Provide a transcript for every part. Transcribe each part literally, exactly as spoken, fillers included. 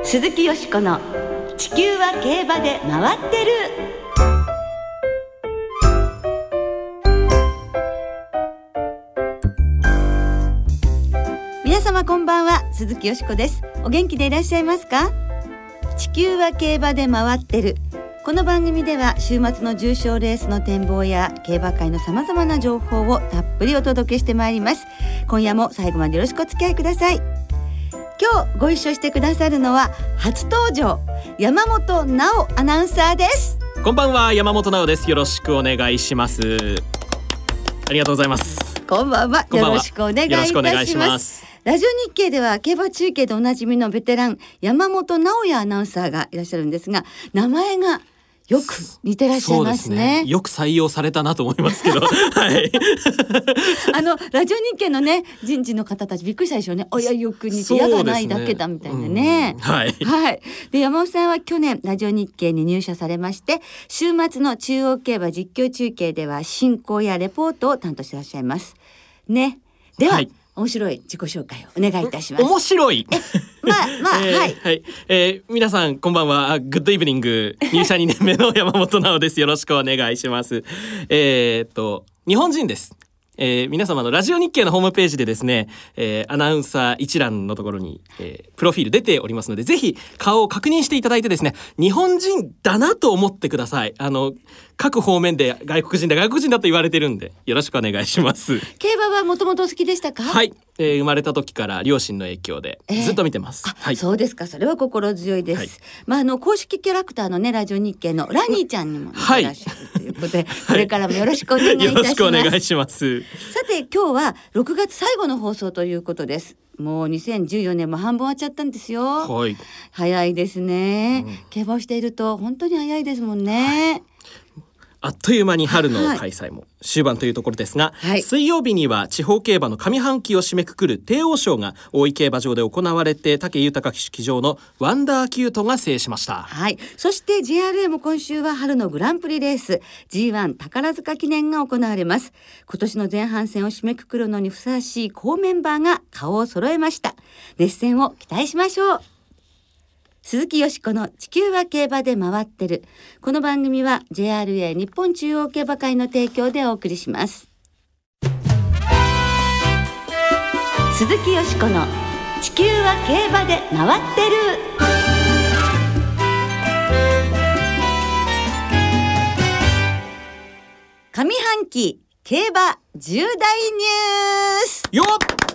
鈴木よしこの地球は競馬で回ってる。皆様こんばんは、鈴木よしこです。お元気でいらっしゃいますか？地球は競馬で回ってる。この番組では週末の重賞レースの展望や競馬界のさまざまな情報をたっぷりお届けしてまいります。今夜も最後までよろしくお付き合いください。今日ご一緒してくださるのは初登場、山本直アナウンサーです。 こんばんは、山本直です。よろしくお願いします。ありがとうございます。 こんばんは、よろしくお願いいたします。 ますラジオ日経では競馬中継でおなじみのベテラン山本直也アナウンサーがいらっしゃるんですが、名前がよく似てらっしゃいますね。 そうですね、よく採用されたなと思いますけどはい、 あのラジオ日経のね人事の方たちびっくりしたでしょうね。おやよく似て矢がないだけだみたいなね、 うん、はい、 はい、で山本さんは去年ラジオ日経に入社されまして、週末の中央競馬実況中継では進行やレポートを担当してらっしゃいますね。では、はい、面白い自己紹介をお願いいたします。 面白いまあまあ、えー、はい、 はいえー、皆さんこんばんは。グッドイブニング。入社にねんめの山本直です。よろしくお願いします。えー、っと日本人です。えー、皆様のラジオ日経のホームページでですね、えー、アナウンサー一覧のところに、えー、プロフィール出ておりますので、ぜひ顔を確認していただいてですね、日本人だなと思ってください。あの各方面で外国人だ外国人だと言われてるんで、よろしくお願いします。 競馬はもともと好きでしたか？ はい、えー、生まれた時から両親の影響でずっと見てます、 えーはい、 そうですか。それは心強いです、はい。まあ、あの公式キャラクターのねラジオ日経のラニーちゃんにも似てらっしゃるということで、はい、これからもよろしくお願いいたします。 よろしくお願いします。 さて今日はろくがつ最後の放送ということです。もうにせんじゅうよねんも半分終わっちゃったんですよ、 はい、 早いですね、うん、競馬をしていると本当に早いですもんね、はい、 あっという間に春の開催も終盤というところですが、はい、水曜日には地方競馬の上半期を締めくくる帝王賞が大井競馬場で行われて、武豊騎手騎乗のワンダーキュートが制しました、 はい、そして ジェイアールエー も今週は春のグランプリレース ジーワン 宝塚記念が行われます。今年の前半戦を締めくくるのにふさわしい好メンバーが顔を揃えました。熱戦を期待しましょう。鈴木よしこの地球は競馬で回ってる。この番組は ジェイアールエー 日本中央競馬会の提供でお送りします。鈴木よしこの地球は競馬で回ってる。上半期競馬重大ニュースよ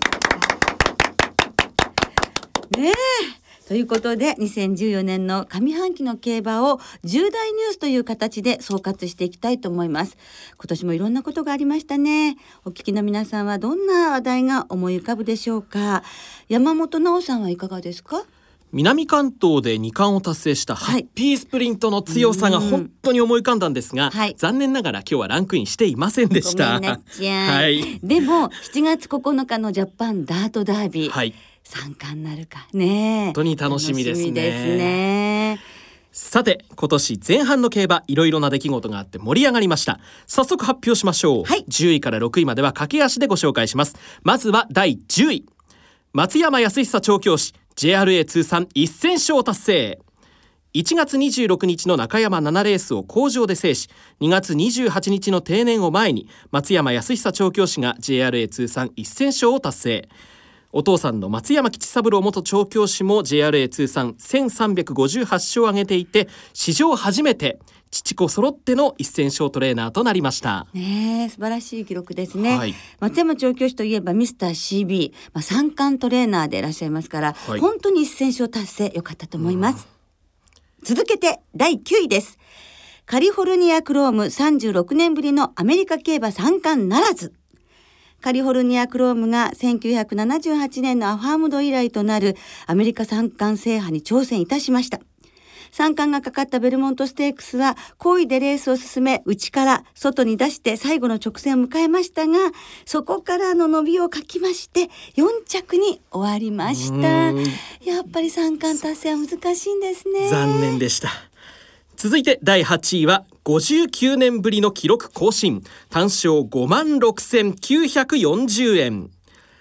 っねえということでにせんじゅうよねんの上半期の競馬を重大ニュースという形で総括していきたいと思います。今年もいろんなことがありましたね。お聞きの皆さんはどんな話題が思い浮かぶでしょうか。山本直さんはいかがですか？ 南関東でに冠を達成したハッピースプリントの強さが本当に思い浮かんだんですが、はい、残念ながら今日はランクインしていませんでした。 ごめんなちゃん、 はい、 でもしちがつここのかのジャパンダートダービー、 はい、 三冠なるかね。 本当に楽しみですね。 楽しみですね。 さて今年前半の競馬いろいろな出来事があって盛り上がりました。早速発表しましょう、はい、じゅういからろくいまでは駆け足でご紹介します。まずはだいじゅうい、松山康久調教師 ジェイアールエー 通算せん勝達成。いちがつにじゅうろくにちの中山ななレースを好調で制し、にがつにじゅうはちにちの定年を前に松山康久調教師が ジェイアールエー 通算せん勝を達成。お父さんの松山吉三郎元調教師も ジェイアールエー 通算せんさんびゃくごじゅうはち勝を挙げていて、史上初めて父子揃ってのせん勝トレーナーとなりましたね。え素晴らしい記録ですね、 はい、 松山調教師といえばミスター シービー、まあ、三冠トレーナーでいらっしゃいますから、はい、本当にせん勝達成よかったと思います。続けてだいきゅういです。カリフォルニアクロームさんじゅうろくねんぶりのアメリカ競馬三冠ならず。カリフォルニアクロームがせんきゅうひゃくななじゅうはちねんのアファームド以来となるアメリカ三冠制覇に挑戦いたしました。三冠がかかったベルモントステークスは好位でレースを進め、内から外に出して最後の直線を迎えましたが、そこからの伸びを欠きましてよんちゃくに終わりました。やっぱり三冠達成は難しいんですね。 残念でした。続いてだいはちいはごじゅうきゅうねんぶりの記録更新、単勝 ごまんろくせんきゅうひゃくよんじゅうえん。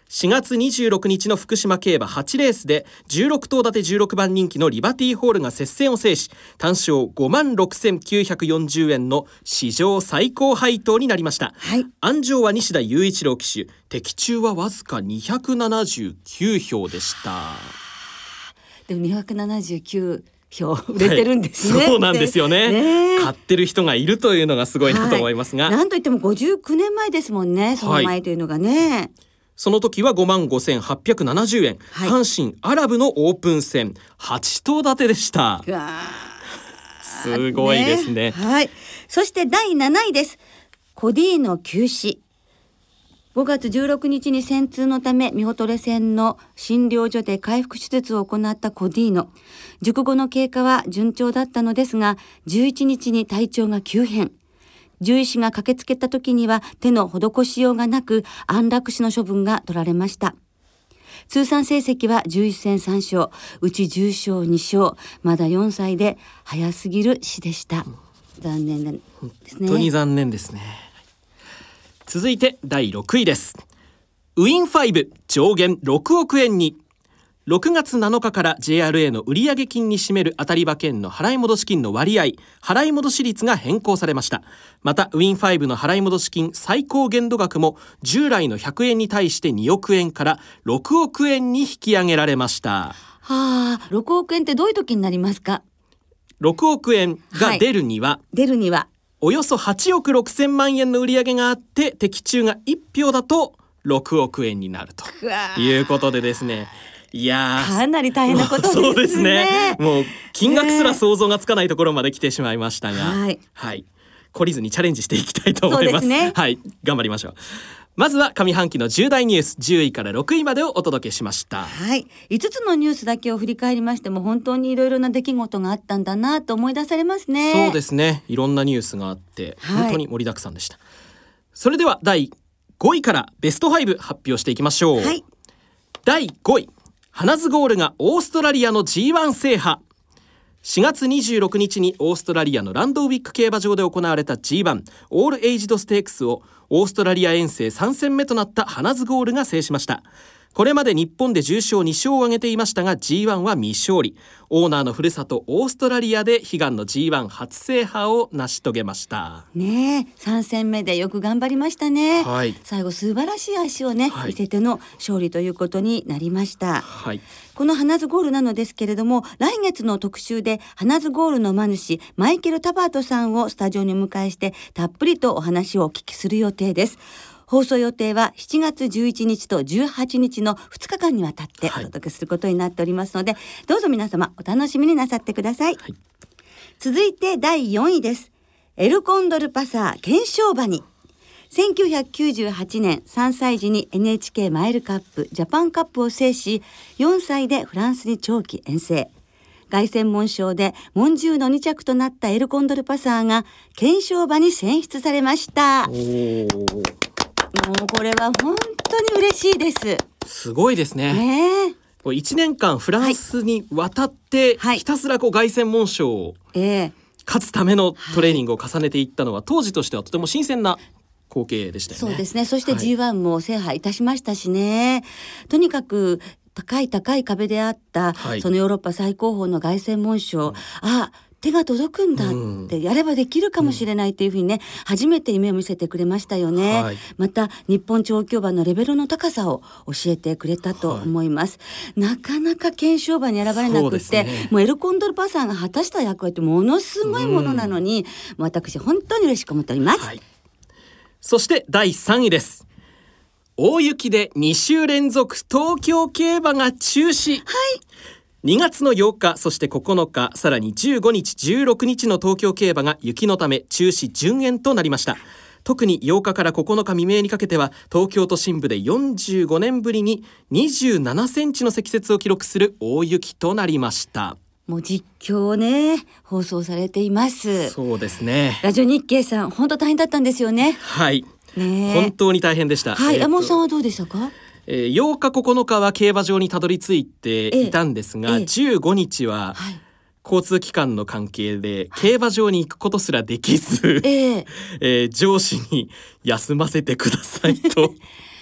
しがつにじゅうろくにちの福島競馬はちレースでじゅうろくとう立てじゅうろくばん人気のリバティホールが接戦を制し、単勝 ごまんろくせんきゅうひゃくよんじゅうえんの史上最高配当になりました、 はい、 安城は西田雄一郎騎手、的中はわずかにひゃくななじゅうきゅうひょうでした。 でもにひゃくななじゅうきゅうひょう売れてるんですね、 はい、そうなんですよ ね, ね買ってる人がいるというのがすごいなと思いますが、 はい、なんといってもごじゅうきゅうねんまえですもんね、その前というのがね、はい、 その時は ごまんごせんはっぴゃくななじゅうえん、はい、阪神アラブのオープン戦はちとう立てでした。 うわすごいですね、 ね、はい、そしてだいなないです。コディの急死。ごがつじゅうろくにちに戦痛のためミホトレ線の診療所で回復手術を行ったコディーノ。熟後の経過は順調だったのですが、じゅういちにちに体調が急変。獣医師が駆けつけた時には手の施しようがなく、安楽死の処分が取られました。通算成績はじゅういっせんさんしょう、うちじゅうしょうにしょう、まだよんさいで早すぎる死でした。残念ですね。 本当に残念ですね。続いてだいろくいです。ウィンファイブ上限ろくおくえんに。ろくがつなのかから ジェイアールエー の売上金に占める当たり馬券の払い戻し金の割合、払い戻し率が変更されました。またウィンファイブの払い戻し金最高限度額も従来のひゃくえんに対してにおくえんからろくおくえんに引き上げられました。 はあ、ろくおくえんってどういう時になりますか？ ろくおくえんが出るには、はい、 出るにはおよそはちおくろくせんまんえんの売上があって、的中がいちひょうだとろくおくえんになるということでですね、いやかなり大変なことですね。 そうですね、もう金額すら想像がつかないところまで来てしまいましたが、 はい、 はい、懲りずにチャレンジしていきたいと思います。 そうですね、 はい、頑張りましょう。まずは上半期の重大ニュースじゅういからろくいまでをお届けしました。 はい、いつつのニュースだけを振り返りましても本当にいろいろな出来事があったんだなと思い出されますね。 そうですね、いろんなニュースがあって、はい、本当に盛りだくさんでした。それではだいごいからベストご発表していきましょう。 はい、 だいごい、ハナズゴールがオーストラリアの ジーワン 制覇。しがつにじゅうろくにちにオーストラリアのランドウィック競馬場で行われた ジーワン オールエイジドステークスをオーストラリア遠征さんせんめとなったハナズゴールが制しました。これまで日本で重賞にしょうを挙げていましたが ジーワン は未勝利。オーナーのふるさとオーストラリアで悲願の ジーワン 初制覇を成し遂げましたね。え、さんせんめでよく頑張りましたね、 はい、 最後素晴らしい足をね、 はい、 見せての勝利ということになりました、 はい、 このハナズゴールなのですけれども、来月の特集でハナズゴールの馬主マイケル・タバートさんをスタジオにお迎えしてたっぷりとお話をお聞きする予定です。放送予定はしちがつじゅういちにちとじゅうはちにちのふつかかんにわたってお届けすることになっておりますので、はい、どうぞ皆様お楽しみになさってください、はい、続いてだいよんいです。エルコンドルパサー検証馬に。せんきゅうひゃくきゅうじゅうはちねんさんさい時に エヌエイチケー マイルカップジャパンカップを制し、よんさいでフランスに長期遠征。凱旋門賞で門中のにちゃくとなったエルコンドルパサーが検証馬に選出されました。おー、もうこれは本当に嬉しいです。 すごいですね。 ねえ、 いちねんかんフランスに渡ってひたすらこう凱旋門賞を勝つためのトレーニングを重ねていったのは当時としてはとても新鮮な光景でしたよね。 そうですね。そして ジーワン も制覇いたしましたしね、はい、とにかく高い高い壁であった、はい、そのヨーロッパ最高峰の凱旋門賞、うん、あ手が届くんだってやればできるかもしれないっていうふうにね、うん、初めて夢を見せてくれましたよね、はい、また日本調教馬のレベルの高さを教えてくれたと思います、はい、なかなか検証馬に選ばれなくて、ね、もうエルコンドルパサーが果たした役割ってものすごいものなのに、うん、私本当に嬉しく思っております、はい、 そしてだいさんいです。大雪でにしゅうれんぞく東京競馬が中止、はい、にがつのようか、そしてここのか、さらにじゅうごにちじゅうろくにちの東京競馬が雪のため中止順延となりました。特にようかからここのか未明にかけては東京都心部でよんじゅうごねんぶりににじゅうななセンチの積雪を記録する大雪となりました。 もう実況をね放送されています。 そうですね。 ラジオ日経さん本当大変だったんですよね。 はい、ね、本当に大変でした。 はい、山本さんはどうでしたか？ えー、ようかここのかは競馬場にたどり着いていたんですが、ええ、じゅうごにちは交通機関の関係で競馬場に行くことすらできず、えええー、上司に休ませてくださいと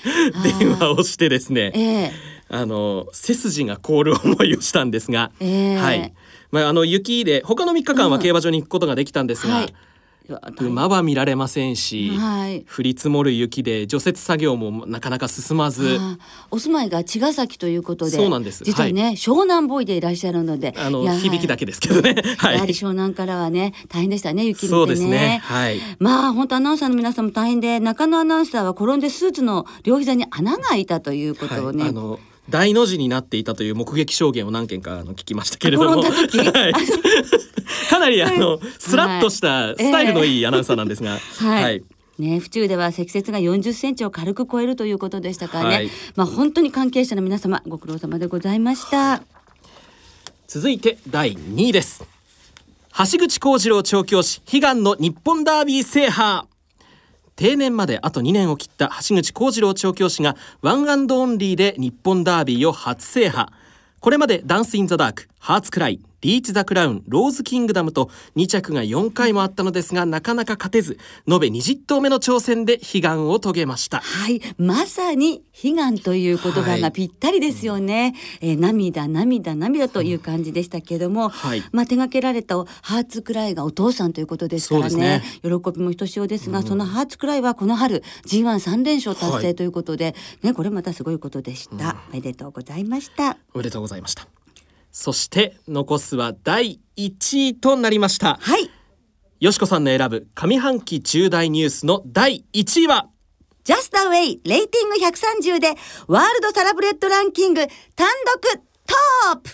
電話をしてですね、 えー、 あの背筋が凍る思いをしたんですが、 えーはいまあ、あの雪で他のみっかかんは競馬場に行くことができたんですが、うんはい馬は見られませんし、はい、降り積もる雪で除雪作業もなかなか進まず。 お住まいが茅ヶ崎ということで、 そうなんです。 実はね、はい、湘南ボーイでいらっしゃるので、 あの響きだけですけどね、 はい、やはり湘南からはね大変でしたね、雪見てね。 そうですね、はい、 まあ本当アナウンサーの皆さんも大変で、中野アナウンサーは転んでスーツの両膝に穴が開いたということをね、はい、あの大の字になっていたという目撃証言を何件かあの聞きましたけれども、 転んだ時、はいかなりあの、はい、スラッとしたスタイルのいいアナウンサーなんですが、 はいはいね、府中では積雪がよんじゅっセンチを軽く超えるということでしたからね、はいまあ、本当に関係者の皆様ご苦労様でございました、はい、 続いてだいにいです。橋口幸次郎調教師悲願の日本ダービー制覇。定年まであとにねんを切った橋口幸次郎調教師がワンアンドオンリーで日本ダービーを初制覇。これまでダンスインザダーク、ハーツクライ、リーチザクラウン、ローズキングダムとに着がよんかいもあったのですが、なかなか勝てず、延べにじゅっ頭目の挑戦で悲願を遂げました。 はい、まさに悲願という言葉がぴったりですよね、はいえー、涙涙涙という感じでしたけれども、うんはいまあ、手掛けられたハーツクライがお父さんということですから ね, ね喜びもひとしおですが、うん、そのハーツクライはこの春 ジーワンさん 連勝達成ということで、はいね、これまたすごいことでした、うん、おめでとうございました。 おめでとうございました。そして残すはだいいちいとなりました。 はい。 よしこさんの選ぶ上半期重大ニュースのだいいちいはジャスタウェイレーティングひゃくさんじゅうでワールドサラブレッドランキング単独トップ。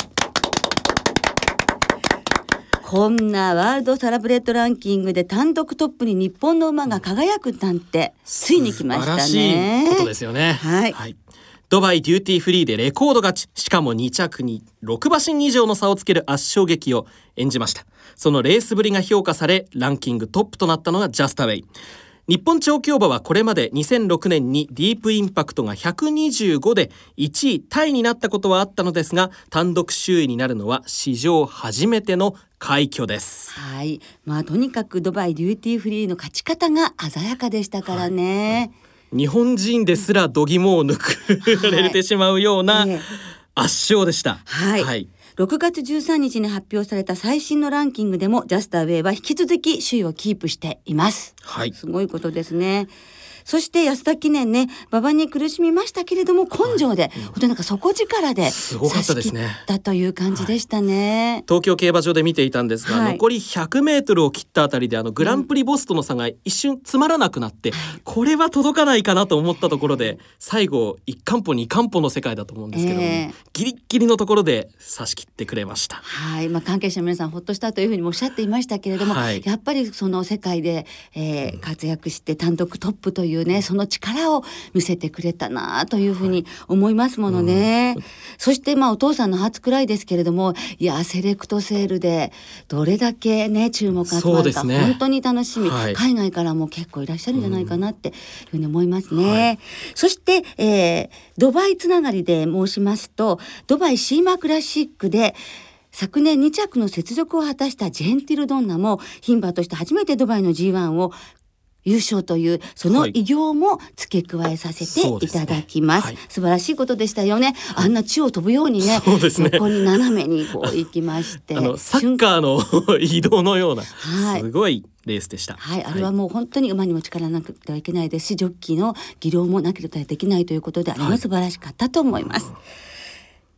こんなワールドサラブレッドランキングで単独トップに日本の馬が輝くなんてついに来ましたね。 素晴らしいことですよね。 はい、 はいドバイデューティーフリーでレコード勝ち、しかもに着にろく馬身以上の差をつける圧勝劇を演じました。そのレースぶりが評価されランキングトップとなったのがジャスタウェイ。日本調教馬はこれまでにせんろくねんにディープインパクトがひゃくにじゅうごでいちいタイになったことはあったのですが、単独首位になるのは史上初めての快挙です。 はい、まあとにかくドバイデューティーフリーの勝ち方が鮮やかでしたからね、はい日本人ですら度肝を抜くられてしまうような圧勝でした、 はいはい、ろくがつじゅうさんにちに発表された最新のランキングでもジャスターウェイは引き続き首位をキープしています、はい、すごいことですね。そして安田記念ね馬場に苦しみましたけれども根性で、はい、本当になんか底力で差し切ったという感じでしたね、はい、 東京競馬場で見ていたんですが、はい、残りひゃくメートルを切ったあたりであのグランプリボスとの差が一瞬詰まらなくなって、うん、これは届かないかなと思ったところで最後いち完歩に完歩の世界だと思うんですけども、えー、ギリッギリのところで差し切ってくれました。 はい、まあ、関係者の皆さんほっとしたというふうにもおっしゃっていましたけれども、はい、やっぱりその世界で、えー、活躍して単独トップというねその力を見せてくれたなというふうに思いますものね、はいうん、そしてまあお父さんの初くらいですけれどもいやセレクトセールでどれだけね注目が集まるか、ね、本当に楽しみ、はい、海外からも結構いらっしゃるんじゃないかなっていうふうに思いますね、はい、そして、えー、ドバイつながりで申しますとドバイシーマクラシックで昨年に着の雪辱を果たしたジェンティルドンナも牝馬として初めてドバイの ジーワン を優勝というその偉業も付け加えさせていただきます、はいねはい、素晴らしいことでしたよね。あんな地を飛ぶようにね横に斜めにこう行きましてあのサッカーの移動のような、はい、すごいレースでした、 はい、あれはもう本当に馬にも力なくてはいけないですしジョッキーの技量もなければできないということであれも素晴らしかったと思います、はい、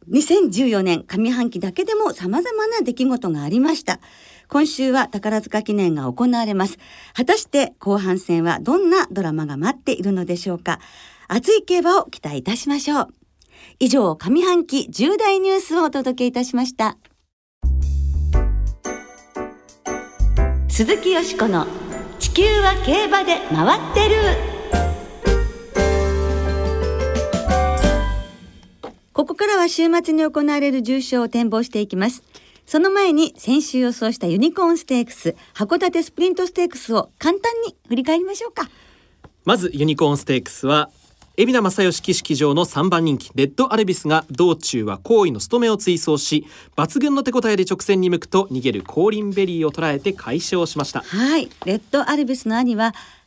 にせんじゅうよねん上半期だけでも様々な出来事がありました。今週は宝塚記念が行われます。果たして後半戦はどんなドラマが待っているのでしょうか。熱い競馬を期待いたしましょう。以上上半期重大ニュースをお届けいたしました。鈴木よしこの地球は競馬で回ってる。ここからは週末に行われる重賞を展望していきます。その前に先週予想したユニコーンステークス函館スプリントステークスを簡単に振り返りましょうか。 まずユニコーンステークスは海老名正義騎式場のさんばん人気レッドアルビスが道中は好位の務めを追走し抜群の手応えで直線に向くと逃げるコーリンベリーを捉えて快勝しました。 はい、レッドアルビスの兄は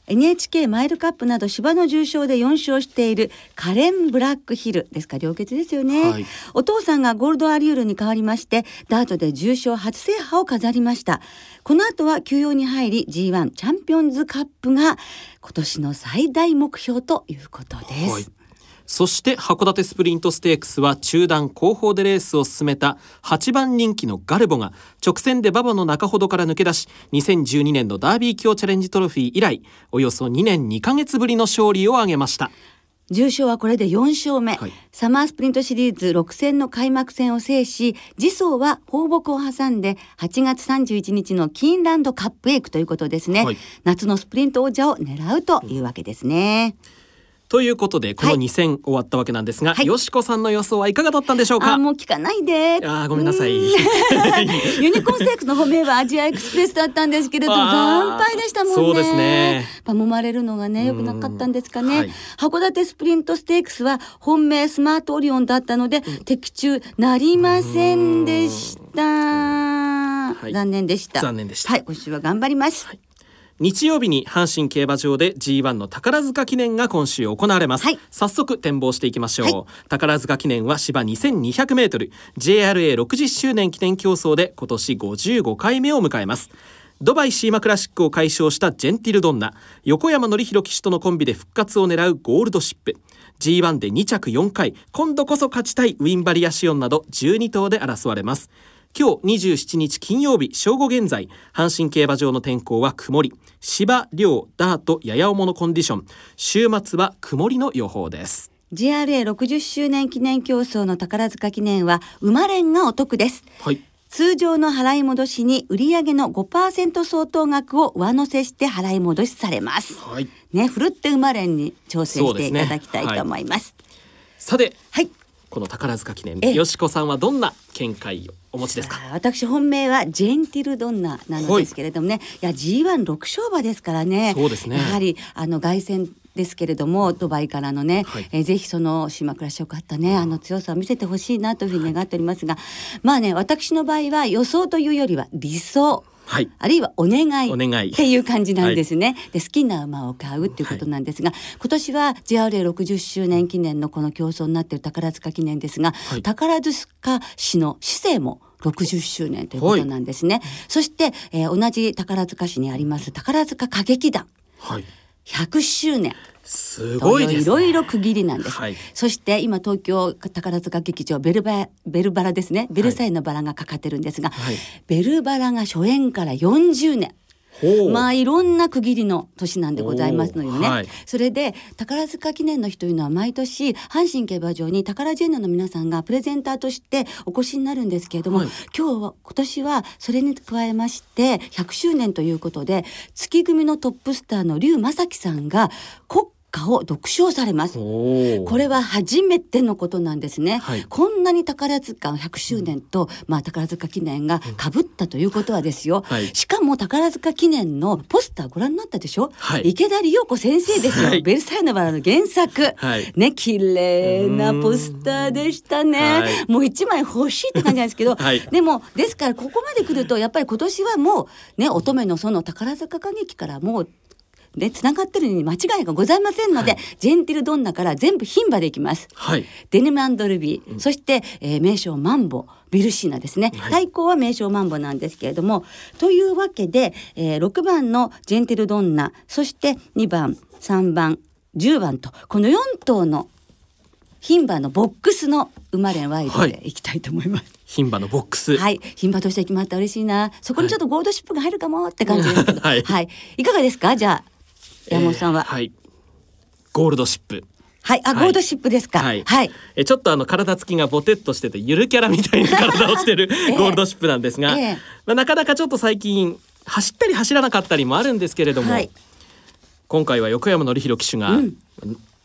エヌエイチケー マイルカップなど芝の重賞でよん勝しているカレン・ブラックヒルですか、良血ですよね、はい、お父さんがゴールドアリュールに代わりましてダートで重賞初制覇を飾りました。この後は休養に入り ジーワン チャンピオンズカップが今年の最大目標ということです、はい。 そして函館スプリントステークスは中団後方でレースを進めたはちばん人気のガルボが直線で馬場の中ほどから抜け出し、にせんじゅうにねんのダービー強チャレンジトロフィー以来およそにねんにかげつぶりの勝利を挙げました。 重賞はこれでよん勝目、はい、サマースプリントシリーズろく戦の開幕戦を制し、次走は放牧を挟んではちがつさんじゅういちにちのキーンランドカップエイクということですね、はい、夏のスプリント王者を狙うというわけですね、うん。 ということでこのに戦終わったわけなんですが、はい、よしこさんの予想はいかがだったんでしょうか。 あ、もう聞かないで。 あ、ごめんなさい。ユニコーンステークスの本命はアジアエクスプレスだったんですけれど惨敗でしたもんね。 そうですね。 揉まれるのがね良くなかったんですかね、はい、函館スプリントステークスは本命スマートオリオンだったので、うん、的中なりませんでした、はい、残念でした残念でした。 はい、今週は頑張ります、はい。 日曜日に阪神競馬場で ジーワン の宝塚記念が今週行われます、はい、早速展望していきましょう、はい、宝塚記念は芝 にせんにひゃくメートル ジェイアールエーろくじゅっしゅうねん記念競争で今年ごじゅうごかいめを迎えます。ドバイシーマクラシックを解消したジェンティルドンナ、横山典弘騎手とのコンビで復活を狙うゴールドシップ、 ジーワン でに着よんかい今度こそ勝ちたいウィンバリアシオンなどじゅうに頭で争われます。今日にじゅうしちにち金曜日正午現在、阪神競馬場の天候は曇り、芝、涼、ダート、やや重のコンディション、週末は曇りの予報です。 ジェイアールエーろくじゅっしゅうねん記念競争の宝塚記念は馬連がお得です、はい、通常の払い戻しに売上の ごパーセント 相当額を上乗せして払い戻しされます、はいね、ふるって馬連に挑戦していただきたいと思います。 さて、 はい、 この宝塚記念でよしこさんはどんな見解をお持ちですか。 私本命はジェンティルドンナなのですけれどもね、はい、いや ジーワンろく 勝馬ですからね。 そうですね。 やはりあの凱旋ですけれどもドバイからのね、はい、えー、ぜひその島倉しよかったねあの強さを見せてほしいなというふうに願っておりますが、まあね、私の場合は予想というよりは理想、はい、あるいはお願いっていう感じなんですね、はい、で好きな馬を買うっていうことなんですが、はい、今年は ジェイアールエーろくじゅっしゅうねん記念のこの競争になっている宝塚記念ですが、はい、宝塚市の市政もろくじゅっしゅうねんということなんですね、はい、そして、えー、同じ宝塚市にあります宝塚歌劇団、はい、ひゃくしゅうねんすごいですね。 いろいろ区切りなんです、 はい、 そして今東京宝塚劇場ベルバベルバラですね、ベルサイユのバラがかかってるんですが、はい、ベルバラが初演からよんじゅうねん、まあいろんな区切りの年なんでございますのよね、はい、それで宝塚記念の日というのは毎年阪神競馬場に宝ジェンヌの皆さんがプレゼンターとしてお越しになるんですけれども、はい、今日は今年はそれに加えましてひゃくしゅうねんということで月組のトップスターの竜正樹さんが国歌を独唱されます。これは初めてのことなんですね、はい、こんなに宝塚ひゃくしゅうねんと、まあ、宝塚記念が被ったということはですよ、はい、しかも宝塚記念のポスターご覧になったでしょ、はい、池田理代子先生ですよ、はい、ベルサイユのバラの原作、はい、ね、綺麗なポスターでしたね、はい、もう一枚欲しいって感じなんですけど、はい、でもですからここまで来るとやっぱり今年はもうね、乙女のその宝塚歌劇からもうでつながってるに間違いがございませんので、はい、ジェンティルドンナから全部牝馬でいきます、はい、デニム&ルビー、うん、そして、えー、名称マンボビルシーナですね、はい、対抗は名称マンボなんですけれども、というわけで、えー、ろくばんのジェンティルドンナ、そしてにばんさんばんじゅうばんとこのよん頭の牝馬のボックスの馬連ワイドでいきたいと思います、はい、 牝馬のボックス、 はい、牝馬として決まったら嬉しいな、そこにちょっとゴールドシップが入るかもって感じですけど、はいはい、いかがですか。じゃあ山本さんは、 えーはい、ゴールドシップ、 はい、あ、ゴールドシップですか、はいはい、 えちょっとあの体つきがボテッとしててゆるキャラみたいな体をしてるゴールドシップなんですが、えーまあ、なかなかちょっと最近走ったり走らなかったりもあるんですけれども、はい、今回は横山典弘騎手が、うん、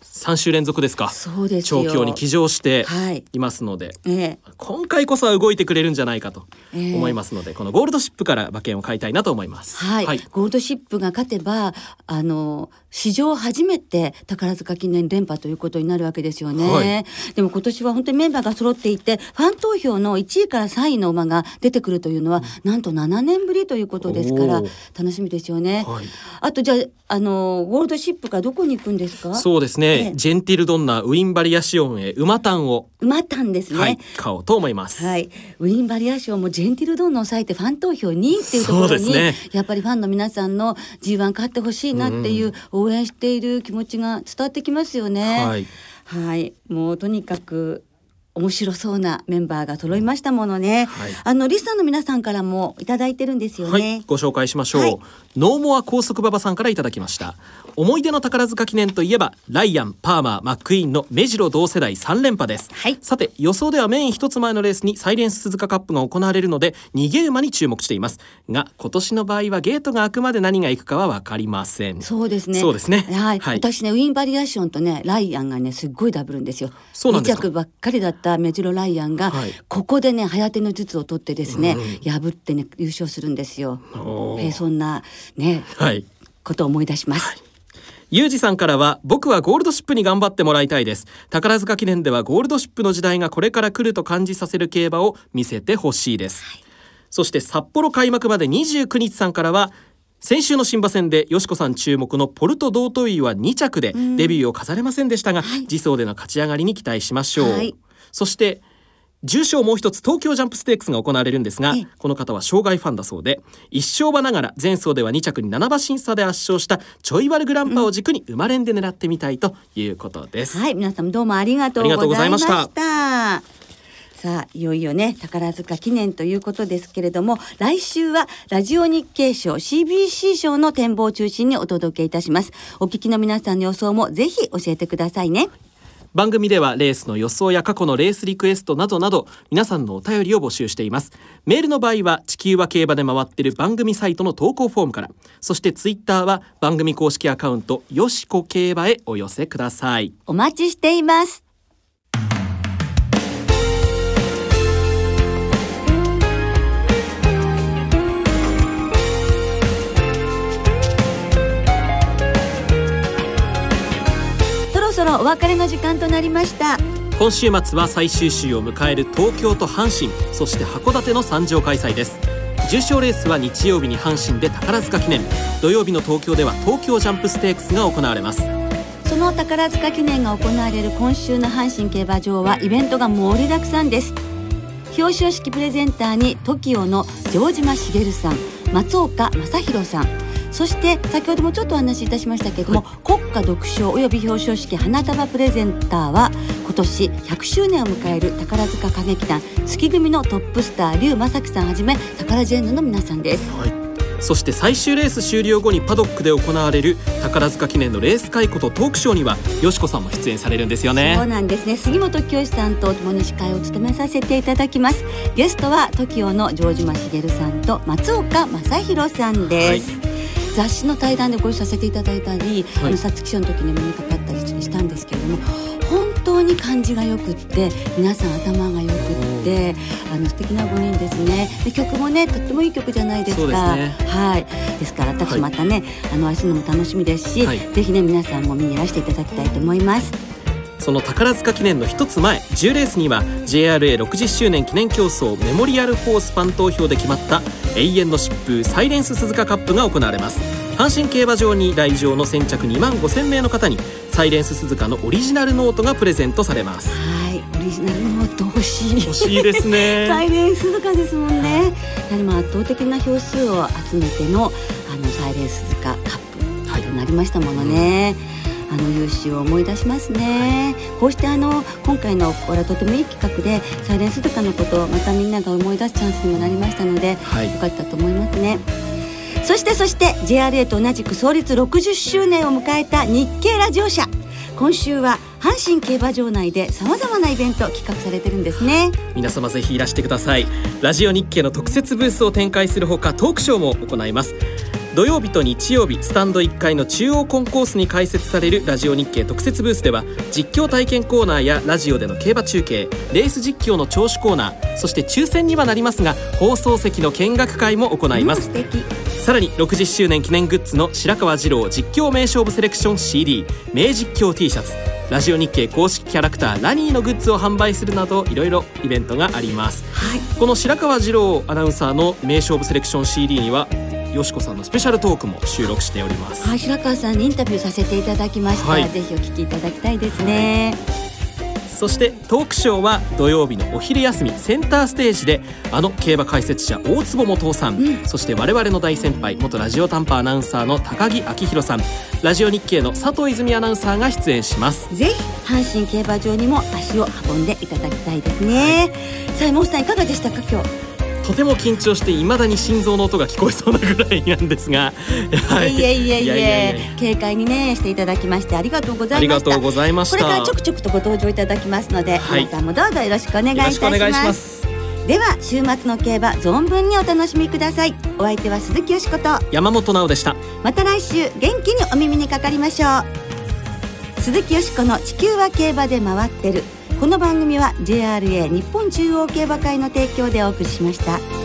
さん週連続ですか。 そうですよ。 調教に騎乗していますので、はいええ、今回こそは動いてくれるんじゃないかと思いますので、ええ、このゴールドシップから馬券を買いたいなと思います、 はいはい、ゴールドシップが勝てばあの史上初めて宝塚記念連覇ということになるわけですよね、はい、でも今年は本当にメンバーが揃っていてファン投票のいちいからさんいの馬が出てくるというのは、うん、なんとななねんぶりということですから楽しみですよね、はい、あとじゃあ、あのゴールドシップからどこに行くんですか。 そうですね、ジェンティルドンナウィンバリアシオンへ馬単を馬単ですね、 はい、買おうと思います、 はい、ウィンバリアシオンもジェンティルドンナを抑えてファン投票にいっていうところに、ね、やっぱりファンの皆さんの ジーワン 勝ってほしいなっていう応援している気持ちが伝わってきますよね、はいはい、もうとにかく面白そうなメンバーが揃いましたものね、はい、あのリスナーの皆さんからもいただいてるんですよね、 はい、ご紹介しましょう、はい、ノーモア高速馬場さんからいただきました。思い出の宝塚記念といえばライアン、パーマー、マックイーンの目白同世代さん連覇です、はい、さて予想ではメイン一つ前のレースにサイレンス鈴鹿カップが行われるので逃げ馬に注目していますが、今年の場合はゲートが開くまで何がいくかは分かりません。 そうですね、 そうですね、 はいはい、 私ねウィンバリアーションとねライアンがねすっごいダブるんですよ。 そうなんですか。 に着ばっかりだった目白ライアンが、はい、ここでね早手の術を取ってですね、うん、破ってね優勝するんですよ。えー、そんなね、はい、ことを思い出します、はい。 ゆうじさんからは僕はゴールドシップに頑張ってもらいたいです。宝塚記念ではゴールドシップの時代がこれから来ると感じさせる競馬を見せてほしいです、はい、そして札幌開幕までにじゅうくにちさんからは先週の新馬戦でよしこさん注目のポルトドートイはに着でデビューを飾れませんでしたが、はい、次走での勝ち上がりに期待しましょう、はい、そして重賞もう一つ東京ジャンプステークスが行われるんですが、この方は生涯ファンだそうで一勝馬ながら前走ではに着になな馬審査で圧勝したちょいワルグランパを軸に馬連で狙ってみたいということです、 うん、はい皆さんどうもありがとうございました。さあいよいよね宝塚記念ということですけれども、来週はラジオ日経賞 シービーシー 賞の展望を中心にお届けいたします。お聞きの皆さんの予想もぜひ教えてくださいね。 番組ではレースの予想や過去のレースリクエストなどなど皆さんのお便りを募集しています。メールの場合は地球は競馬で回っている番組サイトの投稿フォームから、そしてツイッターは番組公式アカウントよしこ競馬へお寄せください。 お待ちしています。そろお別れの時間となりました。 今週末は最終週を迎える東京と阪神、そして函館のさん場開催です。重賞レースは日曜日に阪神で宝塚記念、土曜日の東京では東京ジャンプステークスが行われます。 その宝塚記念が行われる今週の阪神競馬場はイベントが盛りだくさんです。表彰式プレゼンターに トキオ の城島茂さん、松岡正弘さん、そして先ほどもちょっとお話しいたしましたけれども、はい、国家独唱および表彰式花束プレゼンターは今年ひゃくしゅうねんを迎える宝塚歌劇団月組のトップスター劉正樹さんはじめタカラジェンヌの皆さんです、 はい、そして最終レース終了後にパドックで行われる宝塚記念のレース回顧とトークショーにはよしこさんも出演されるんですよね。 そうなんですね。杉本清さんと共に司会を務めさせていただきます。ゲストは トキオ の城島茂さんと松岡正弘さんです、はい。雑誌の対談でご一緒させていただいたり、はい、あの皐月賞の時に目にかかったりしたんですけれども、本当に感じがよくって皆さん頭がよくってあの素敵なごにんですね。で曲もねとってもいい曲じゃないですか。 そうですね、 はい、ですから私またね、はい、あの愛するのも楽しみですし、はい、ぜひね皆さんも見にいらしていただきたいと思います。 その宝塚記念の一つ前じゅうレースには ジェイアールエーろくじゅっしゅうねん記念競争メモリアルホースファン投票で決まった永遠の疾風サイレンス鈴鹿カップが行われます。阪神競馬場に来場の先着にまんごせんめいの方にサイレンス鈴鹿のオリジナルノートがプレゼントされます。 はい、オリジナルノート欲しい欲しいですねサイレンス鈴鹿ですもんね。やはりまあ圧倒的な票数を集めてのあのサイレンス鈴鹿カップとなりましたものね、はい、あの勇姿を思い出しますね、はい、こうしてあの今回のこれはとてもいい企画でサイレンス鈴鹿のことをまたみんなが思い出すチャンスにもなりましたので、はい、よかったと思いますね。そしてそして ジェイアールエー と同じく創立ろくじゅっしゅうねんを迎えた日経ラジオ社、今週は阪神競馬場内でさまざまなイベント企画されてるんですね。 皆様ぜひいらしてください。ラジオ日経の特設ブースを展開するほかトークショーも行います。 土曜日と日曜日スタンドいっかいの中央コンコースに開設されるラジオ日経特設ブースでは、実況体験コーナーやラジオでの競馬中継、レース実況の聴取コーナー、そして抽選にはなりますが放送席の見学会も行います。 うん、素敵。 さらにろくじゅっしゅうねん記念グッズの白川二郎実況名勝負セレクション シーディー、 名実況 T シャツ、ラジオ日経公式キャラクターラニーのグッズを販売するなどいろいろイベントがあります。 はい、 この白川二郎アナウンサーの名勝負セレクション シーディー にはよしこさんのスペシャルトークも収録しております。 はい、白川さんにインタビューさせていただきました。はい、ぜひお聞きいただきたいですね。はい、 そしてトークショーは土曜日のお昼休みセンターステージで、あの競馬解説者大坪元さん、うん、そして我々の大先輩元ラジオ短波アナウンサーの高木明弘さん、ラジオ日経の佐藤泉アナウンサーが出演します。 ぜひ阪神競馬場にも足を運んでいただきたいですね。はい、さあ山本さんいかがでしたか今日。 とても緊張して未だに心臓の音が聞こえそうなぐらいなんですが、 はい、いえいえいえ軽快にねしていただきましてありがとうございました。ありがとうございました。これからちょくちょくとご登場いただきますので、はい、皆さんもどうぞよろしくお願いいたします。よろしくお願いします。では週末の競馬存分にお楽しみください。お相手は鈴木よしこと山本直でした。 また来週元気にお耳にかかりましょう。鈴木よしこの地球は競馬で回ってる。この番組は ジェイアールエー 日本中央競馬会の提供でお送りしました。